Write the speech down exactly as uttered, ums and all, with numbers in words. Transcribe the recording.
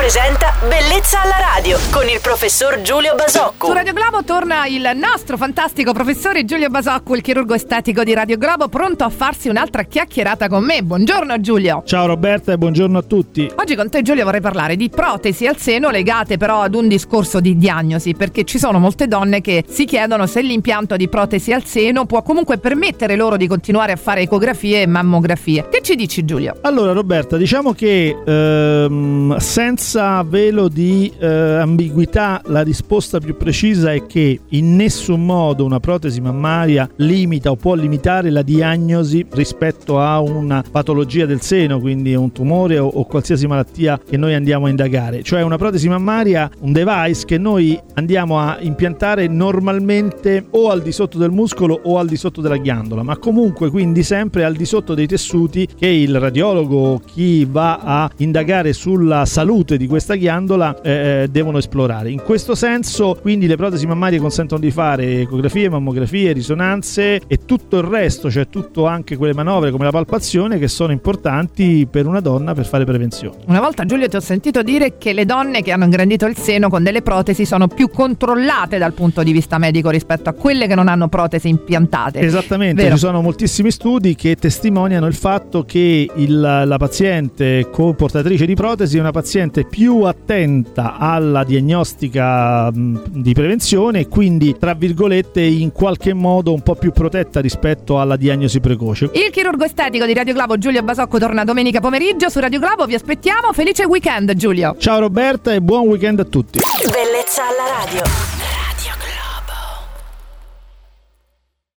presenta Bellezza alla radio con il professor Giulio Basocco. Su Radio Globo torna il nostro fantastico professore Giulio Basocco, il chirurgo estetico di Radio Globo, pronto a farsi un'altra chiacchierata con me. Buongiorno Giulio. Ciao Roberta e buongiorno a tutti. Oggi con te Giulio vorrei parlare di protesi al seno legate però ad un discorso di diagnosi, perché ci sono molte donne che si chiedono se l'impianto di protesi al seno può comunque permettere loro di continuare a fare ecografie e mammografie. Che ci dici Giulio? Allora Roberta, diciamo che ehm, senza velo di eh, ambiguità la risposta più precisa è che in nessun modo una protesi mammaria limita o può limitare la diagnosi rispetto a una patologia del seno, quindi un tumore o, o qualsiasi malattia che noi andiamo a indagare. Cioè una protesi mammaria, un device che noi andiamo a impiantare normalmente o al di sotto del muscolo o al di sotto della ghiandola, ma comunque quindi sempre al di sotto dei tessuti che il radiologo, chi va a indagare sulla salute di questa ghiandola eh, devono esplorare. In questo senso quindi le protesi mammarie consentono di fare ecografie, mammografie, risonanze e tutto il resto, cioè tutto anche quelle manovre come la palpazione che sono importanti per una donna per fare prevenzione. Una volta Giulio ti ho sentito dire che le donne che hanno ingrandito il seno con delle protesi sono più controllate dal punto di vista medico rispetto a quelle che non hanno protesi impiantate. Esattamente, vero? Ci sono moltissimi studi che testimoniano il fatto che il, la paziente con portatrice di protesi è una paziente più attenta alla diagnostica mh, di prevenzione e quindi tra virgolette in qualche modo un po' più protetta rispetto alla diagnosi precoce. Il chirurgo estetico di Radio Globo Giulio Basocco torna domenica pomeriggio su Radio Globo, vi aspettiamo. Felice weekend Giulio. Ciao Roberta e buon weekend a tutti. Bellezza alla radio.